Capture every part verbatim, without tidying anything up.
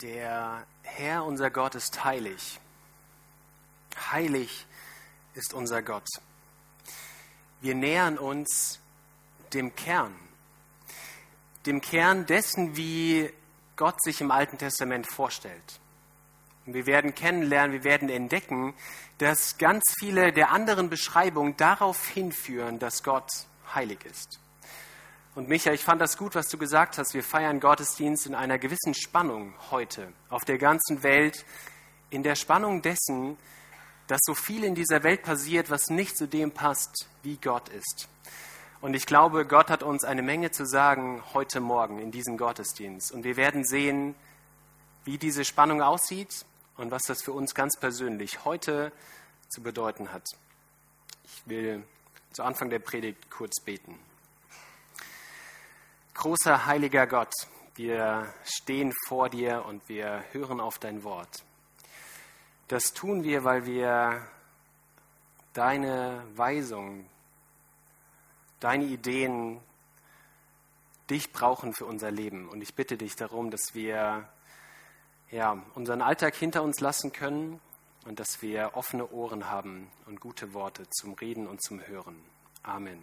Der Herr, unser Gott, ist heilig. Heilig ist unser Gott. Wir nähern uns dem Kern. Dem Kern dessen, wie Gott sich im Alten Testament vorstellt. Und wir werden kennenlernen, wir werden entdecken, dass ganz viele der anderen Beschreibungen darauf hinführen, dass Gott heilig ist. Und Micha, ich fand das gut, was du gesagt hast. Wir feiern Gottesdienst in einer gewissen Spannung heute, auf der ganzen Welt, in der Spannung dessen, dass so viel in dieser Welt passiert, was nicht zu dem passt, wie Gott ist. Und ich glaube, Gott hat uns eine Menge zu sagen heute Morgen in diesem Gottesdienst. Und wir werden sehen, wie diese Spannung aussieht und was das für uns ganz persönlich heute zu bedeuten hat. Ich will zu Anfang der Predigt kurz beten. Großer, heiliger Gott, wir stehen vor dir und wir hören auf dein Wort. Das tun wir, weil wir deine Weisung, deine Ideen, dich brauchen für unser Leben. Und ich bitte dich darum, dass wir ja, unseren Alltag hinter uns lassen können und dass wir offene Ohren haben und gute Worte zum Reden und zum Hören. Amen.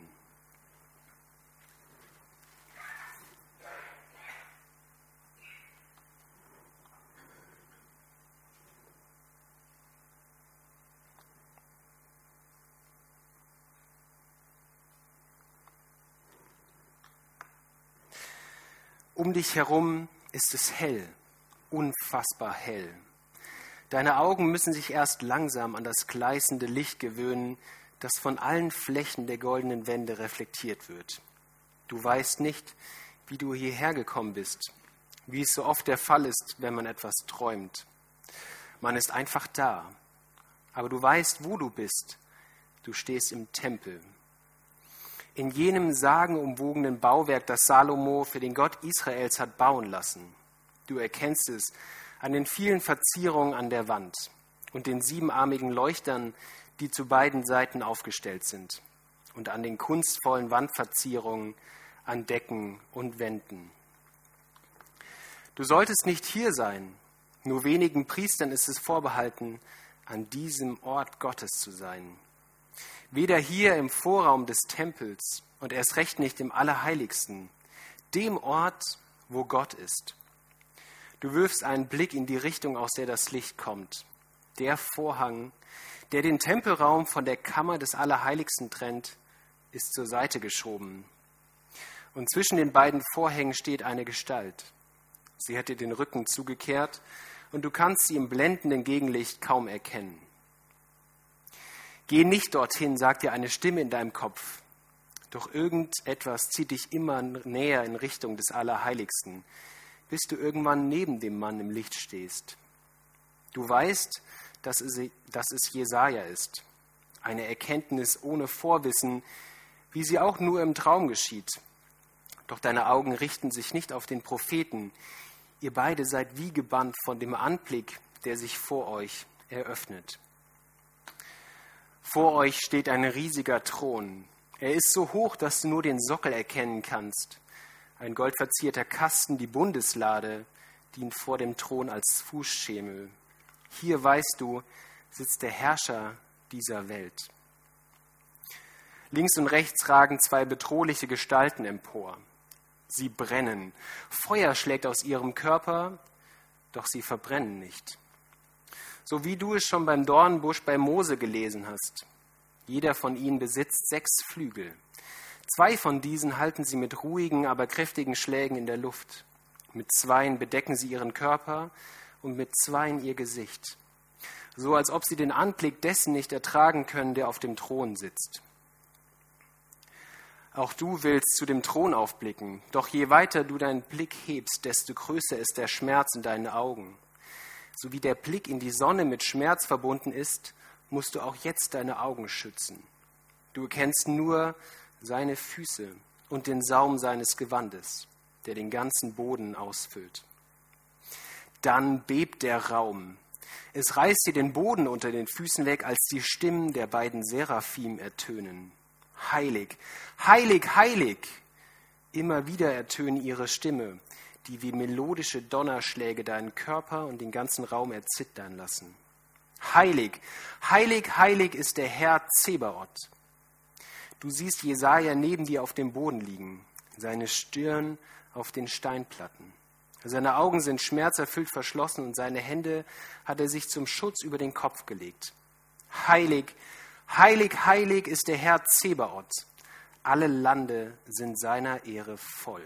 Um dich herum ist es hell, unfassbar hell. Deine Augen müssen sich erst langsam an das gleißende Licht gewöhnen, das von allen Flächen der goldenen Wände reflektiert wird. Du weißt nicht, wie du hierher gekommen bist, wie es so oft der Fall ist, wenn man etwas träumt. Man ist einfach da, aber du weißt, wo du bist. Du stehst im Tempel. In jenem sagenumwogenen Bauwerk, das Salomo für den Gott Israels hat bauen lassen. Du erkennst es an den vielen Verzierungen an der Wand und den siebenarmigen Leuchtern, die zu beiden Seiten aufgestellt sind, und an den kunstvollen Wandverzierungen an Decken und Wänden. Du solltest nicht hier sein. Nur wenigen Priestern ist es vorbehalten, an diesem Ort Gottes zu sein. Weder hier im Vorraum des Tempels und erst recht nicht im Allerheiligsten, dem Ort, wo Gott ist. Du wirfst einen Blick in die Richtung, aus der das Licht kommt. Der Vorhang, der den Tempelraum von der Kammer des Allerheiligsten trennt, ist zur Seite geschoben. Und zwischen den beiden Vorhängen steht eine Gestalt. Sie hat dir den Rücken zugekehrt und du kannst sie im blendenden Gegenlicht kaum erkennen. Geh nicht dorthin, sagt dir eine Stimme in deinem Kopf. Doch irgendetwas zieht dich immer näher in Richtung des Allerheiligsten, bis du irgendwann neben dem Mann im Licht stehst. Du weißt, dass es, dass es Jesaja ist. Eine Erkenntnis ohne Vorwissen, wie sie auch nur im Traum geschieht. Doch deine Augen richten sich nicht auf den Propheten. Ihr beide seid wie gebannt von dem Anblick, der sich vor euch eröffnet. Vor euch steht ein riesiger Thron. Er ist so hoch, dass du nur den Sockel erkennen kannst. Ein goldverzierter Kasten, die Bundeslade, dient vor dem Thron als Fußschemel. Hier, weißt du, sitzt der Herrscher dieser Welt. Links und rechts ragen zwei bedrohliche Gestalten empor. Sie brennen. Feuer schlägt aus ihrem Körper, doch sie verbrennen nicht. So wie du es schon beim Dornbusch bei Mose gelesen hast. Jeder von ihnen besitzt sechs Flügel. Zwei von diesen halten sie mit ruhigen, aber kräftigen Schlägen in der Luft. Mit zweien bedecken sie ihren Körper und mit zweien ihr Gesicht. So als ob sie den Anblick dessen nicht ertragen können, der auf dem Thron sitzt. Auch du willst zu dem Thron aufblicken, doch je weiter du deinen Blick hebst, desto größer ist der Schmerz in deinen Augen. So wie der Blick in die Sonne mit Schmerz verbunden ist, musst du auch jetzt deine Augen schützen. Du erkennst nur seine Füße und den Saum seines Gewandes, der den ganzen Boden ausfüllt. Dann bebt der Raum. Es reißt dir den Boden unter den Füßen weg, als die Stimmen der beiden Seraphim ertönen. Heilig, heilig, heilig! Immer wieder ertönen ihre Stimme. die wie melodische Donnerschläge deinen Körper und den ganzen Raum erzittern lassen. Heilig, heilig, heilig ist der Herr Zebaoth. Du siehst Jesaja neben dir auf dem Boden liegen, seine Stirn auf den Steinplatten. Seine Augen sind schmerzerfüllt verschlossen und seine Hände hat er sich zum Schutz über den Kopf gelegt. Heilig, heilig, heilig ist der Herr Zebaoth. Alle Lande sind seiner Ehre voll.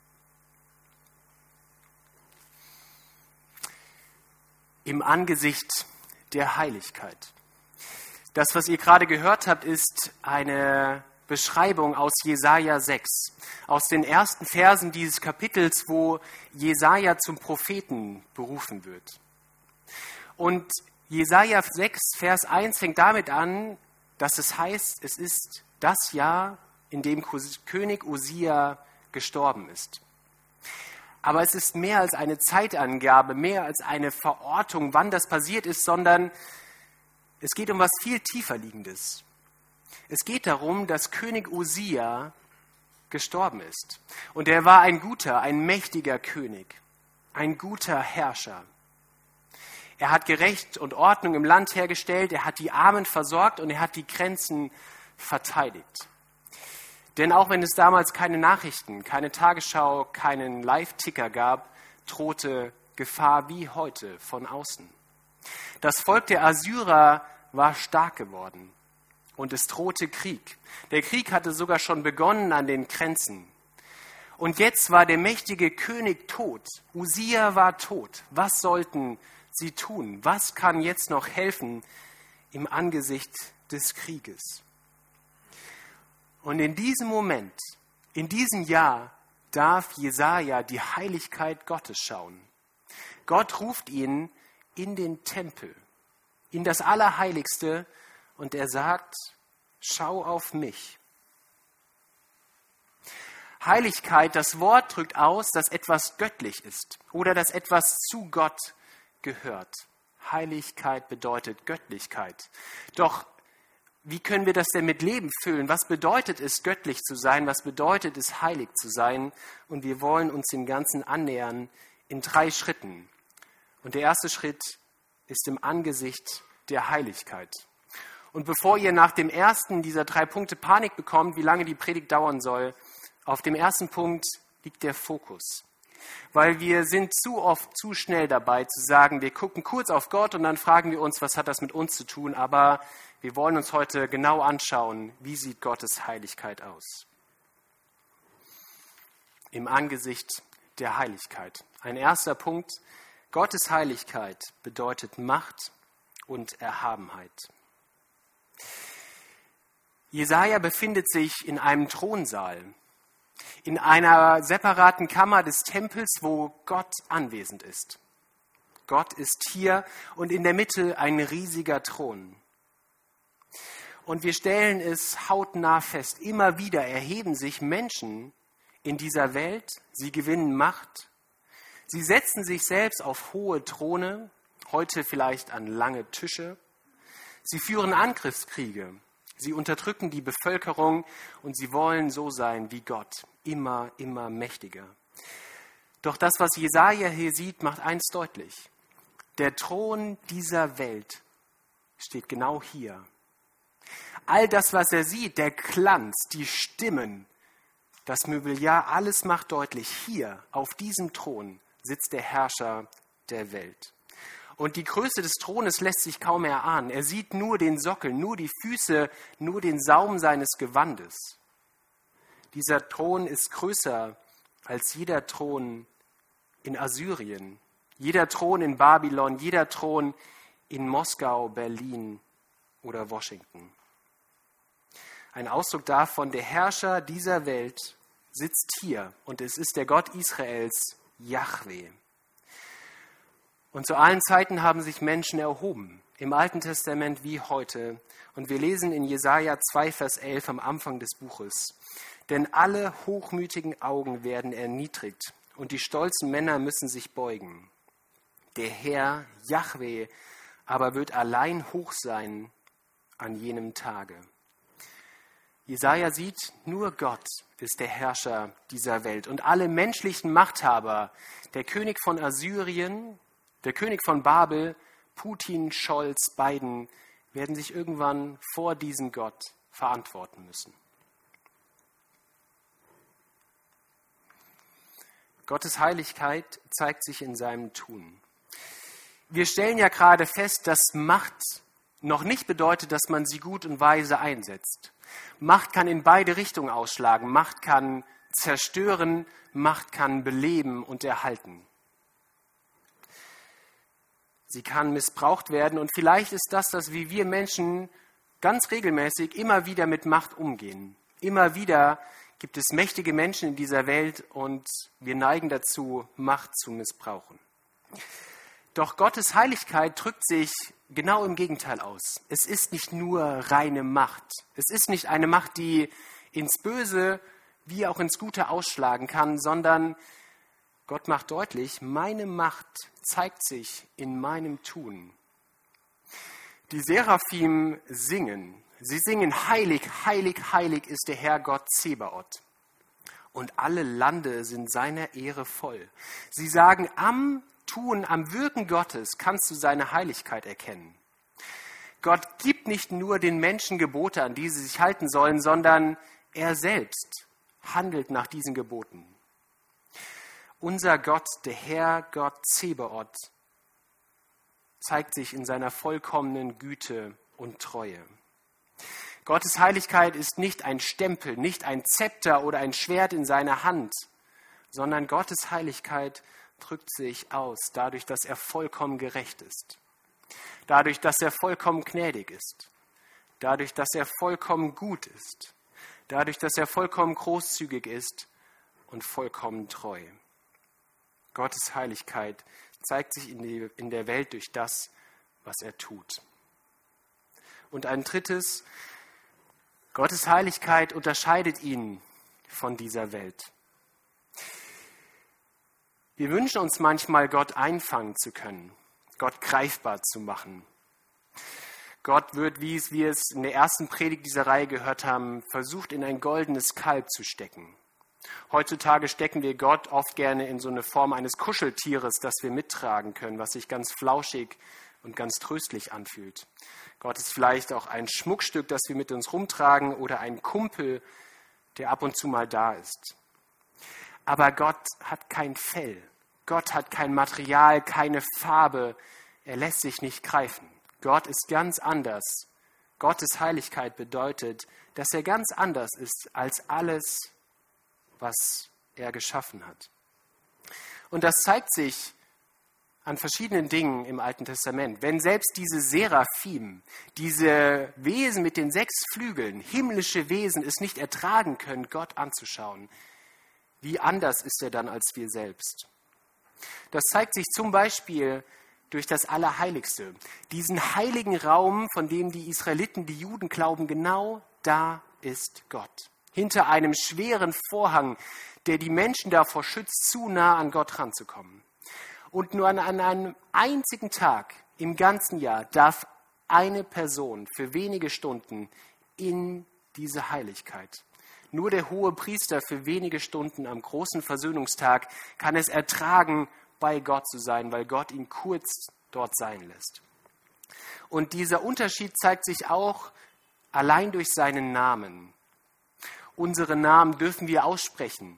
Im Angesicht der Heiligkeit. Das, was ihr gerade gehört habt, ist eine Beschreibung aus Jesaja sechs, aus den ersten Versen dieses Kapitels, wo Jesaja zum Propheten berufen wird. Und Jesaja sechs, Vers eins fängt damit an, dass es heißt, es ist das Jahr, in dem König Usia gestorben ist. Aber es ist mehr als eine Zeitangabe, mehr als eine Verortung, wann das passiert ist, sondern es geht um was viel Tieferliegendes. Es geht darum, dass König Usia gestorben ist. Und er war ein guter, ein mächtiger König, ein guter Herrscher. Er hat Gerecht und Ordnung im Land hergestellt, er hat die Armen versorgt und er hat die Grenzen verteidigt. Denn auch wenn es damals keine Nachrichten, keine Tagesschau, keinen Live-Ticker gab, drohte Gefahr wie heute von außen. Das Volk der Assyrer war stark geworden und es drohte Krieg. Der Krieg hatte sogar schon begonnen an den Grenzen. Und jetzt war der mächtige König tot. Usia war tot. Was sollten sie tun? Was kann jetzt noch helfen im Angesicht des Krieges? Und in diesem Moment, in diesem Jahr, darf Jesaja die Heiligkeit Gottes schauen. Gott ruft ihn in den Tempel, in das Allerheiligste, und er sagt, schau auf mich. Heiligkeit, das Wort drückt aus, dass etwas göttlich ist oder dass etwas zu Gott gehört. Heiligkeit bedeutet Göttlichkeit. Doch wie können wir das denn mit Leben füllen? Was bedeutet es, göttlich zu sein? Was bedeutet es, heilig zu sein? Und wir wollen uns dem Ganzen annähern in drei Schritten. Und der erste Schritt ist im Angesicht der Heiligkeit. Und bevor ihr nach dem ersten dieser drei Punkte Panik bekommt, wie lange die Predigt dauern soll, auf dem ersten Punkt liegt der Fokus. Weil wir sind zu oft zu schnell dabei zu sagen, wir gucken kurz auf Gott und dann fragen wir uns, was hat das mit uns zu tun? Aber wir wollen uns heute genau anschauen, wie sieht Gottes Heiligkeit aus. Im Angesicht der Heiligkeit. Ein erster Punkt, Gottes Heiligkeit bedeutet Macht und Erhabenheit. Jesaja befindet sich in einem Thronsaal, in einer separaten Kammer des Tempels, wo Gott anwesend ist. Gott ist hier und in der Mitte ein riesiger Thron. Und wir stellen es hautnah fest, immer wieder erheben sich Menschen in dieser Welt, sie gewinnen Macht, sie setzen sich selbst auf hohe Throne, heute vielleicht an lange Tische, sie führen Angriffskriege, sie unterdrücken die Bevölkerung und sie wollen so sein wie Gott, immer, immer mächtiger. Doch das, was Jesaja hier sieht, macht eins deutlich. Der Thron dieser Welt steht genau hier. All das, was er sieht, der Glanz, die Stimmen, das Mobiliar, alles macht deutlich, hier auf diesem Thron sitzt der Herrscher der Welt. Und die Größe des Thrones lässt sich kaum erahnen. Er sieht nur den Sockel, nur die Füße, nur den Saum seines Gewandes. Dieser Thron ist größer als jeder Thron in Assyrien, jeder Thron in Babylon, jeder Thron in Moskau, Berlin oder Washington. Ein Ausdruck davon, der Herrscher dieser Welt sitzt hier und es ist der Gott Israels, Jahwe. Und zu allen Zeiten haben sich Menschen erhoben, im Alten Testament wie heute. Und wir lesen in Jesaja zwei, Vers elf am Anfang des Buches. Denn alle hochmütigen Augen werden erniedrigt und die stolzen Männer müssen sich beugen. Der Herr, Jahwe, aber wird allein hoch sein an jenem Tage. Jesaja sieht, nur Gott ist der Herrscher dieser Welt. Und alle menschlichen Machthaber, der König von Assyrien, der König von Babel, Putin, Scholz, Biden, werden sich irgendwann vor diesem Gott verantworten müssen. Gottes Heiligkeit zeigt sich in seinem Tun. Wir stellen ja gerade fest, dass Macht noch nicht bedeutet, dass man sie gut und weise einsetzt. Macht kann in beide Richtungen ausschlagen. Macht kann zerstören, Macht kann beleben und erhalten. Sie kann missbraucht werden und vielleicht ist das, dass wie wir Menschen ganz regelmäßig immer wieder mit Macht umgehen. Immer wieder gibt es mächtige Menschen in dieser Welt und wir neigen dazu, Macht zu missbrauchen. Doch Gottes Heiligkeit drückt sich genau im Gegenteil aus. Es ist nicht nur reine Macht. Es ist nicht eine Macht, die ins Böse wie auch ins Gute ausschlagen kann, sondern Gott macht deutlich, meine Macht zeigt sich in meinem Tun. Die Seraphim singen. Sie singen, heilig, heilig, heilig ist der Herr Gott Zebaoth. Und alle Lande sind seiner Ehre voll. Sie sagen, am Tun, am Wirken Gottes kannst du seine Heiligkeit erkennen. Gott gibt nicht nur den Menschen Gebote, an die sie sich halten sollen, sondern er selbst handelt nach diesen Geboten. Unser Gott, der Herr Gott Zebaoth, zeigt sich in seiner vollkommenen Güte und Treue. Gottes Heiligkeit ist nicht ein Stempel, nicht ein Zepter oder ein Schwert in seiner Hand, sondern Gottes Heiligkeit drückt sich aus, dadurch, dass er vollkommen gerecht ist, dadurch, dass er vollkommen gnädig ist, dadurch, dass er vollkommen gut ist, dadurch, dass er vollkommen großzügig ist und vollkommen treu. Gottes Heiligkeit zeigt sich in, die, in der Welt durch das, was er tut. Und ein drittes, Gottes Heiligkeit unterscheidet ihn von dieser Welt. Wir wünschen uns manchmal, Gott einfangen zu können, Gott greifbar zu machen. Gott wird, wie wir es in der ersten Predigt dieser Reihe gehört haben, versucht, in ein goldenes Kalb zu stecken. Heutzutage stecken wir Gott oft gerne in so eine Form eines Kuscheltieres, das wir mittragen können, was sich ganz flauschig und ganz tröstlich anfühlt. Gott ist vielleicht auch ein Schmuckstück, das wir mit uns rumtragen oder ein Kumpel, der ab und zu mal da ist. Aber Gott hat kein Fell. Gott hat kein Material, keine Farbe. Er lässt sich nicht greifen. Gott ist ganz anders. Gottes Heiligkeit bedeutet, dass er ganz anders ist als alles, was er geschaffen hat. Und das zeigt sich an verschiedenen Dingen im Alten Testament. Wenn selbst diese Seraphim, diese Wesen mit den sechs Flügeln, himmlische Wesen, es nicht ertragen können, Gott anzuschauen, wie anders ist er dann als wir selbst? Das zeigt sich zum Beispiel durch das Allerheiligste. Diesen heiligen Raum, von dem die Israeliten, die Juden glauben, genau da ist Gott. Hinter einem schweren Vorhang, der die Menschen davor schützt, zu nah an Gott ranzukommen. Und nur an, an einem einzigen Tag im ganzen Jahr darf eine Person für wenige Stunden in diese Heiligkeit. Nur der hohe Priester für wenige Stunden am großen Versöhnungstag kann es ertragen, bei Gott zu sein, weil Gott ihn kurz dort sein lässt. Und dieser Unterschied zeigt sich auch allein durch seinen Namen. Unsere Namen dürfen wir aussprechen.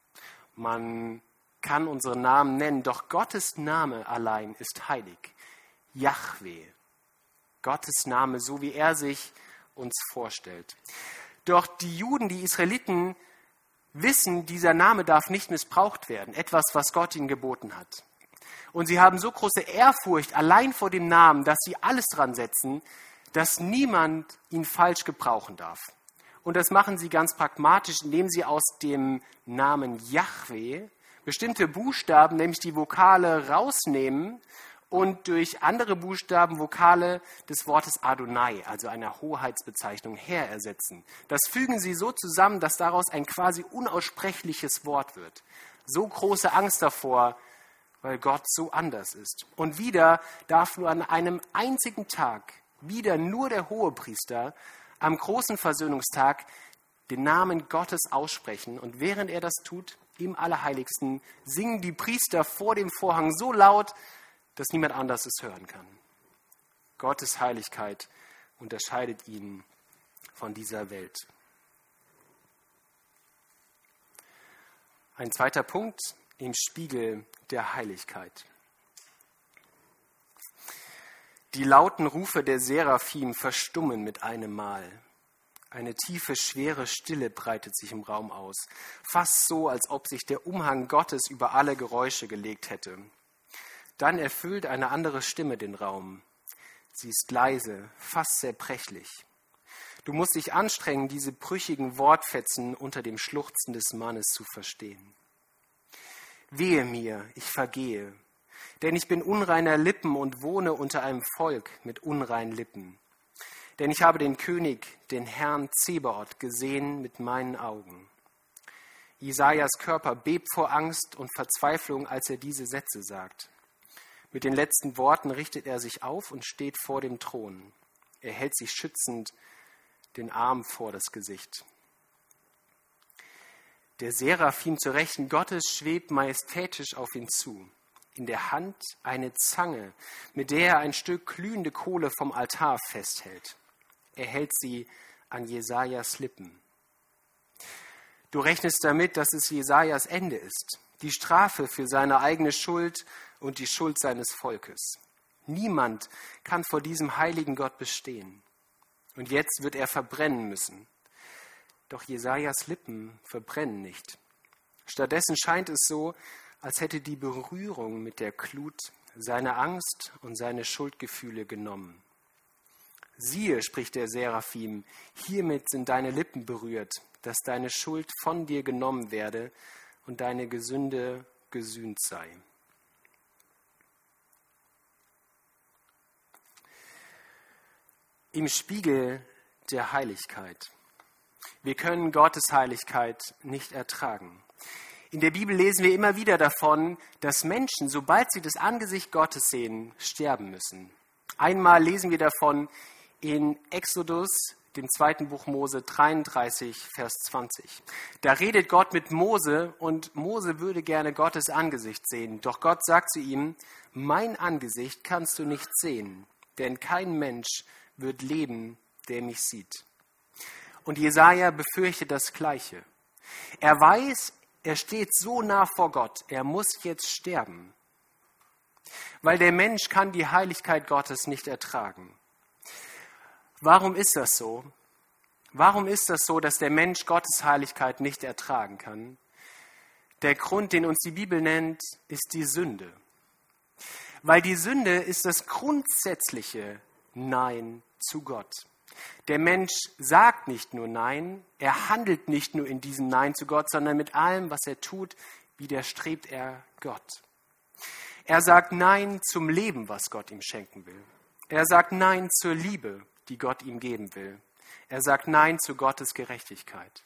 Man kann unsere Namen nennen, doch Gottes Name allein ist heilig. Jahwe. Gottes Name, so wie er sich uns vorstellt. Doch die Juden, die Israeliten, wissen, dieser Name darf nicht missbraucht werden. Etwas, was Gott ihnen geboten hat. Und sie haben so große Ehrfurcht allein vor dem Namen, dass sie alles dran setzen, dass niemand ihn falsch gebrauchen darf. Und das machen sie ganz pragmatisch, indem sie aus dem Namen Jahwe bestimmte Buchstaben, nämlich die Vokale, rausnehmen und durch andere Buchstaben Vokale des Wortes Adonai, also einer Hoheitsbezeichnung, Herr ersetzen. Das fügen sie so zusammen, dass daraus ein quasi unaussprechliches Wort wird. So große Angst davor, weil Gott so anders ist. Und wieder darf nur an einem einzigen Tag, wieder nur der Hohepriester, am großen Versöhnungstag, den Namen Gottes aussprechen. Und während er das tut, im Allerheiligsten, singen die Priester vor dem Vorhang so laut, dass niemand anders es hören kann. Gottes Heiligkeit unterscheidet ihn von dieser Welt. Ein zweiter Punkt im Spiegel der Heiligkeit. Die lauten Rufe der Seraphim verstummen mit einem Mal. Eine tiefe, schwere Stille breitet sich im Raum aus, fast so, als ob sich der Umhang Gottes über alle Geräusche gelegt hätte. Dann erfüllt eine andere Stimme den Raum. Sie ist leise, fast zerbrechlich. Du musst dich anstrengen, diese brüchigen Wortfetzen unter dem Schluchzen des Mannes zu verstehen. Wehe mir, ich vergehe, denn ich bin unreiner Lippen und wohne unter einem Volk mit unreinen Lippen. Denn ich habe den König, den Herrn Zebaoth, gesehen mit meinen Augen. Jesajas Körper bebt vor Angst und Verzweiflung, als er diese Sätze sagt. Mit den letzten Worten richtet er sich auf und steht vor dem Thron. Er hält sich schützend den Arm vor das Gesicht. Der Seraphim zur Rechten Gottes schwebt majestätisch auf ihn zu. In der Hand eine Zange, mit der er ein Stück glühende Kohle vom Altar festhält. Er hält sie an Jesajas Lippen. Du rechnest damit, dass es Jesajas Ende ist, die Strafe für seine eigene Schuld und die Schuld seines Volkes. Niemand kann vor diesem heiligen Gott bestehen. Und jetzt wird er verbrennen müssen. Doch Jesajas Lippen verbrennen nicht. Stattdessen scheint es so, als hätte die Berührung mit der Glut seine Angst und seine Schuldgefühle genommen. Siehe, spricht der Seraphim, hiermit sind deine Lippen berührt, dass deine Schuld von dir genommen werde und deine Gesünde gesühnt sei. Im Spiegel der Heiligkeit. Wir können Gottes Heiligkeit nicht ertragen. In der Bibel lesen wir immer wieder davon, dass Menschen, sobald sie das Angesicht Gottes sehen, sterben müssen. Einmal lesen wir davon in Exodus, dem zweiten Buch Mose dreiunddreißig, Vers zwanzig. Da redet Gott mit Mose und Mose würde gerne Gottes Angesicht sehen. Doch Gott sagt zu ihm, mein Angesicht kannst du nicht sehen, denn kein Mensch wird leben, der mich sieht. Und Jesaja befürchtet das Gleiche. Er weiß, er steht so nah vor Gott, er muss jetzt sterben. Weil der Mensch kann die Heiligkeit Gottes nicht ertragen. Warum ist das so? Warum ist das so, dass der Mensch Gottes Heiligkeit nicht ertragen kann? Der Grund, den uns die Bibel nennt, ist die Sünde. Weil die Sünde ist das grundsätzliche Nein zu Gott. Der Mensch sagt nicht nur Nein, er handelt nicht nur in diesem Nein zu Gott, sondern mit allem, was er tut, widerstrebt er Gott. Er sagt Nein zum Leben, was Gott ihm schenken will. Er sagt Nein zur Liebe, die Gott ihm geben will. Er sagt Nein zu Gottes Gerechtigkeit.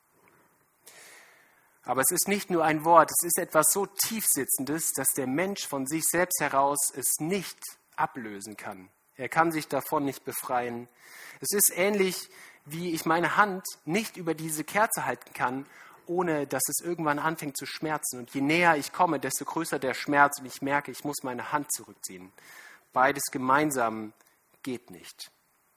Aber es ist nicht nur ein Wort, es ist etwas so Tiefsitzendes, dass der Mensch von sich selbst heraus es nicht ablösen kann. Er kann sich davon nicht befreien. Es ist ähnlich, wie ich meine Hand nicht über diese Kerze halten kann, ohne dass es irgendwann anfängt zu schmerzen. Und je näher ich komme, desto größer der Schmerz und ich merke, ich muss meine Hand zurückziehen. Beides gemeinsam geht nicht.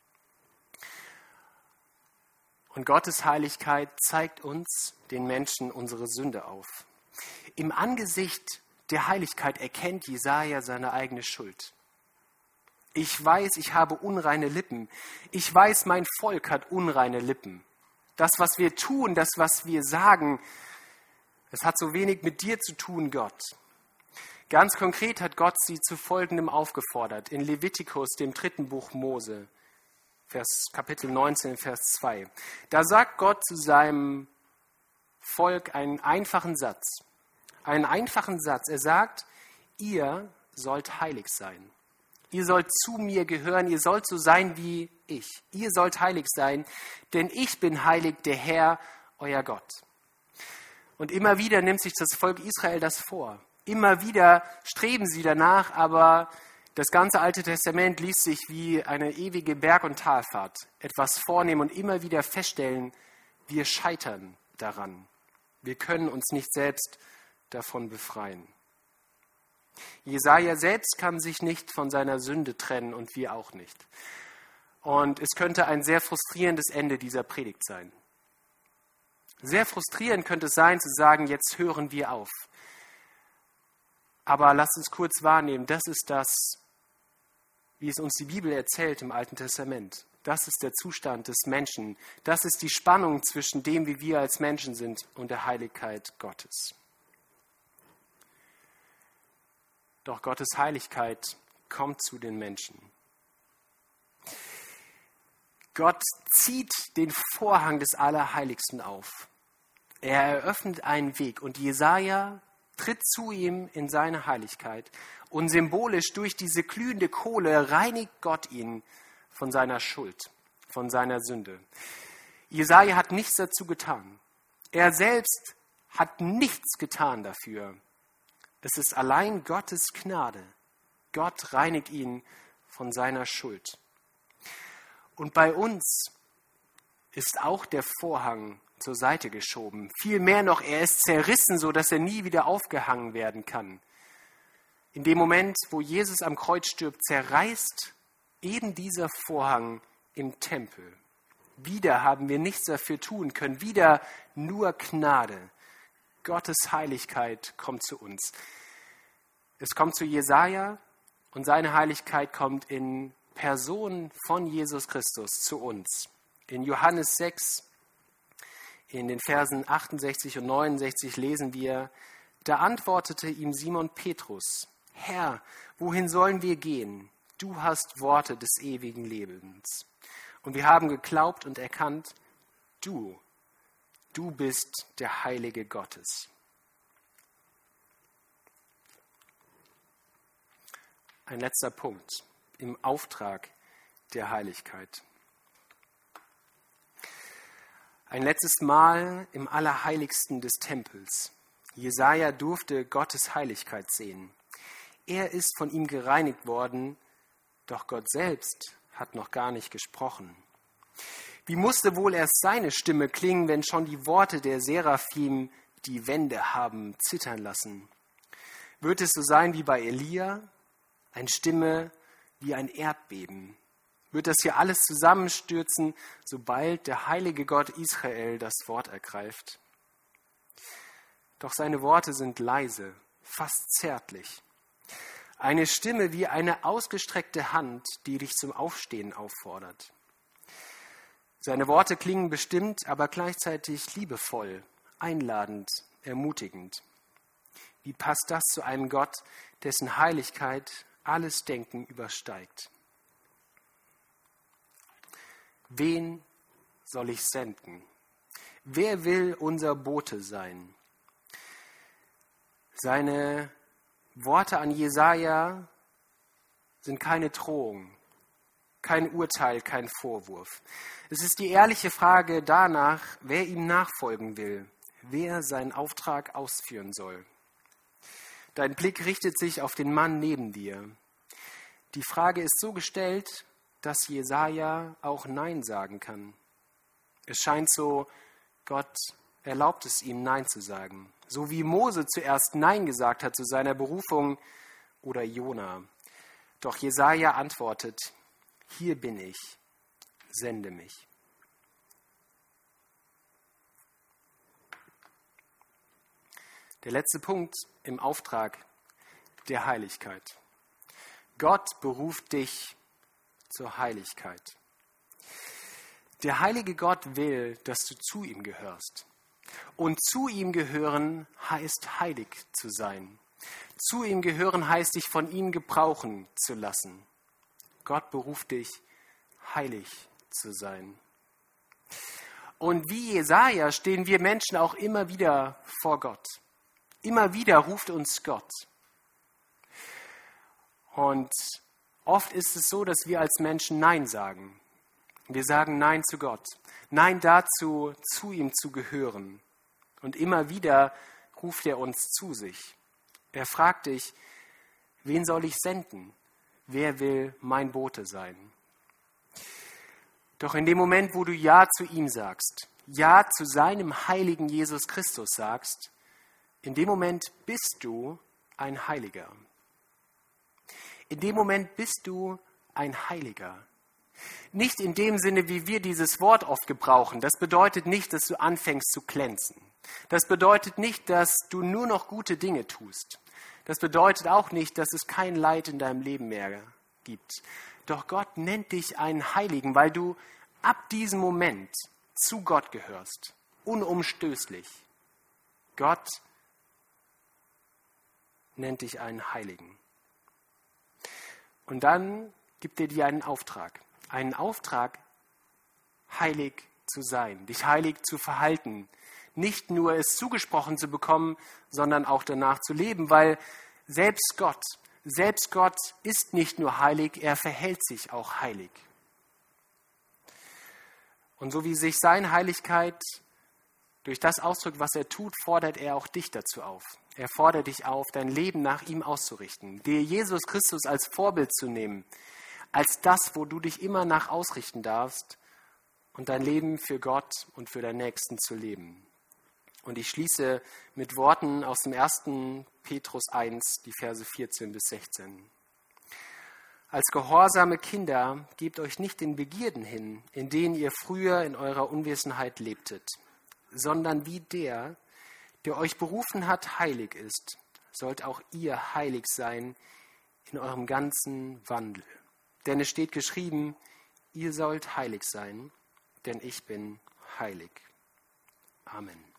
Und Gottes Heiligkeit zeigt uns, den Menschen, unsere Sünde auf. Im Angesicht der Heiligkeit erkennt Jesaja seine eigene Schuld. Ich weiß, ich habe unreine Lippen. Ich weiß, mein Volk hat unreine Lippen. Das, was wir tun, das, was wir sagen, es hat so wenig mit dir zu tun, Gott. Ganz konkret hat Gott sie zu Folgendem aufgefordert. In Levitikus, dem dritten Buch Mose, Vers, Kapitel neunzehn, Vers zwei. Da sagt Gott zu seinem Volk einen einfachen Satz. Einen einfachen Satz. Er sagt, ihr sollt heilig sein. Ihr sollt zu mir gehören, ihr sollt so sein wie ich. Ihr sollt heilig sein, denn ich bin heilig, der Herr, euer Gott. Und immer wieder nimmt sich das Volk Israel das vor. Immer wieder streben sie danach, aber das ganze Alte Testament liest sich wie eine ewige Berg- und Talfahrt. Etwas vornehmen und immer wieder feststellen, Wir scheitern daran. Wir können uns nicht selbst davon befreien. Jesaja selbst kann sich nicht von seiner Sünde trennen und wir auch nicht. Und es könnte ein sehr frustrierendes Ende dieser Predigt sein. Sehr frustrierend könnte es sein, zu sagen, jetzt hören wir auf. Aber lasst uns kurz wahrnehmen, das ist das, wie es uns die Bibel erzählt im Alten Testament. Das ist der Zustand des Menschen. Das ist die Spannung zwischen dem, wie wir als Menschen sind, und der Heiligkeit Gottes. Doch Gottes Heiligkeit kommt zu den Menschen. Gott zieht den Vorhang des Allerheiligsten auf. Er eröffnet einen Weg und Jesaja tritt zu ihm in seine Heiligkeit. Und symbolisch durch diese glühende Kohle reinigt Gott ihn von seiner Schuld, von seiner Sünde. Jesaja hat nichts dazu getan. Er selbst hat nichts getan dafür. Es ist allein Gottes Gnade. Gott reinigt ihn von seiner Schuld. Und bei uns ist auch der Vorhang zur Seite geschoben. Vielmehr noch, er ist zerrissen, sodass er nie wieder aufgehangen werden kann. In dem Moment, wo Jesus am Kreuz stirbt, zerreißt eben dieser Vorhang im Tempel. Wieder haben wir nichts dafür tun können. Wieder nur Gnade. Gottes Heiligkeit kommt zu uns. Es kommt zu Jesaja und seine Heiligkeit kommt in Person von Jesus Christus zu uns. In Johannes sechs, in den Versen achtundsechzig und neunundsechzig lesen wir, da antwortete ihm Simon Petrus, Herr, wohin sollen wir gehen? Du hast Worte des ewigen Lebens. Und wir haben geglaubt und erkannt, du, du bist der Heilige Gottes. Ein letzter Punkt im Auftrag der Heiligkeit. Ein letztes Mal im Allerheiligsten des Tempels. Jesaja durfte Gottes Heiligkeit sehen. Er ist von ihm gereinigt worden, doch Gott selbst hat noch gar nicht gesprochen. Wie musste wohl erst seine Stimme klingen, wenn schon die Worte der Seraphim die Wände haben zittern lassen? Wird es so sein wie bei Elia, eine Stimme wie ein Erdbeben? Wird das hier alles zusammenstürzen, sobald der heilige Gott Israel das Wort ergreift? Doch seine Worte sind leise, fast zärtlich. Eine Stimme wie eine ausgestreckte Hand, die dich zum Aufstehen auffordert. Seine Worte klingen bestimmt, aber gleichzeitig liebevoll, einladend, ermutigend. Wie passt das zu einem Gott, dessen Heiligkeit alles Denken übersteigt? Wen soll ich senden? Wer will unser Bote sein? Seine Worte an Jesaja sind keine Drohung, kein Urteil, kein Vorwurf. Es ist die ehrliche Frage danach, wer ihm nachfolgen will, wer seinen Auftrag ausführen soll. Dein Blick richtet sich auf den Mann neben dir. Die Frage ist so gestellt, dass Jesaja auch Nein sagen kann. Es scheint so, Gott erlaubt es ihm, Nein zu sagen. So wie Mose zuerst Nein gesagt hat zu seiner Berufung oder Jona. Doch Jesaja antwortet, hier bin ich, sende mich. Der letzte Punkt im Auftrag der Heiligkeit. Gott beruft dich zur Heiligkeit. Der heilige Gott will, dass du zu ihm gehörst. Und zu ihm gehören heißt heilig zu sein. Zu ihm gehören heißt dich von ihm gebrauchen zu lassen. Gott beruft dich, heilig zu sein. Und wie Jesaja stehen wir Menschen auch immer wieder vor Gott. Immer wieder ruft uns Gott. Und oft ist es so, dass wir als Menschen Nein sagen. Wir sagen Nein zu Gott. Nein dazu, zu ihm zu gehören. Und immer wieder ruft er uns zu sich. Er fragt dich, wen soll ich senden? Wer will mein Bote sein? Doch in dem Moment, wo du Ja zu ihm sagst, Ja zu seinem heiligen Jesus Christus sagst, in dem Moment bist du ein Heiliger. In dem Moment bist du ein Heiliger. Nicht in dem Sinne, wie wir dieses Wort oft gebrauchen. Das bedeutet nicht, dass du anfängst zu glänzen. Das bedeutet nicht, dass du nur noch gute Dinge tust. Das bedeutet auch nicht, dass es kein Leid in deinem Leben mehr gibt. Doch Gott nennt dich einen Heiligen, weil du ab diesem Moment zu Gott gehörst. Unumstößlich. Gott nennt dich einen Heiligen. Und dann gibt er dir einen Auftrag. Einen Auftrag, heilig zu sein, dich heilig zu verhalten. Nicht nur es zugesprochen zu bekommen, sondern auch danach zu leben, weil selbst Gott, selbst Gott ist nicht nur heilig, er verhält sich auch heilig. Und so wie sich seine Heiligkeit durch das ausdrückt, was er tut, fordert er auch dich dazu auf. Er fordert dich auf, dein Leben nach ihm auszurichten, dir Jesus Christus als Vorbild zu nehmen, als das, wo du dich immer nach ausrichten darfst und dein Leben für Gott und für deinen Nächsten zu leben. Und ich schließe mit Worten aus dem ersten Petrus eins, die Verse vierzehn bis sechzehn. Als gehorsame Kinder gebt euch nicht den Begierden hin, in denen ihr früher in eurer Unwissenheit lebtet, sondern wie der, der euch berufen hat, heilig ist, sollt auch ihr heilig sein in eurem ganzen Wandel. Denn es steht geschrieben, ihr sollt heilig sein, denn ich bin heilig. Amen.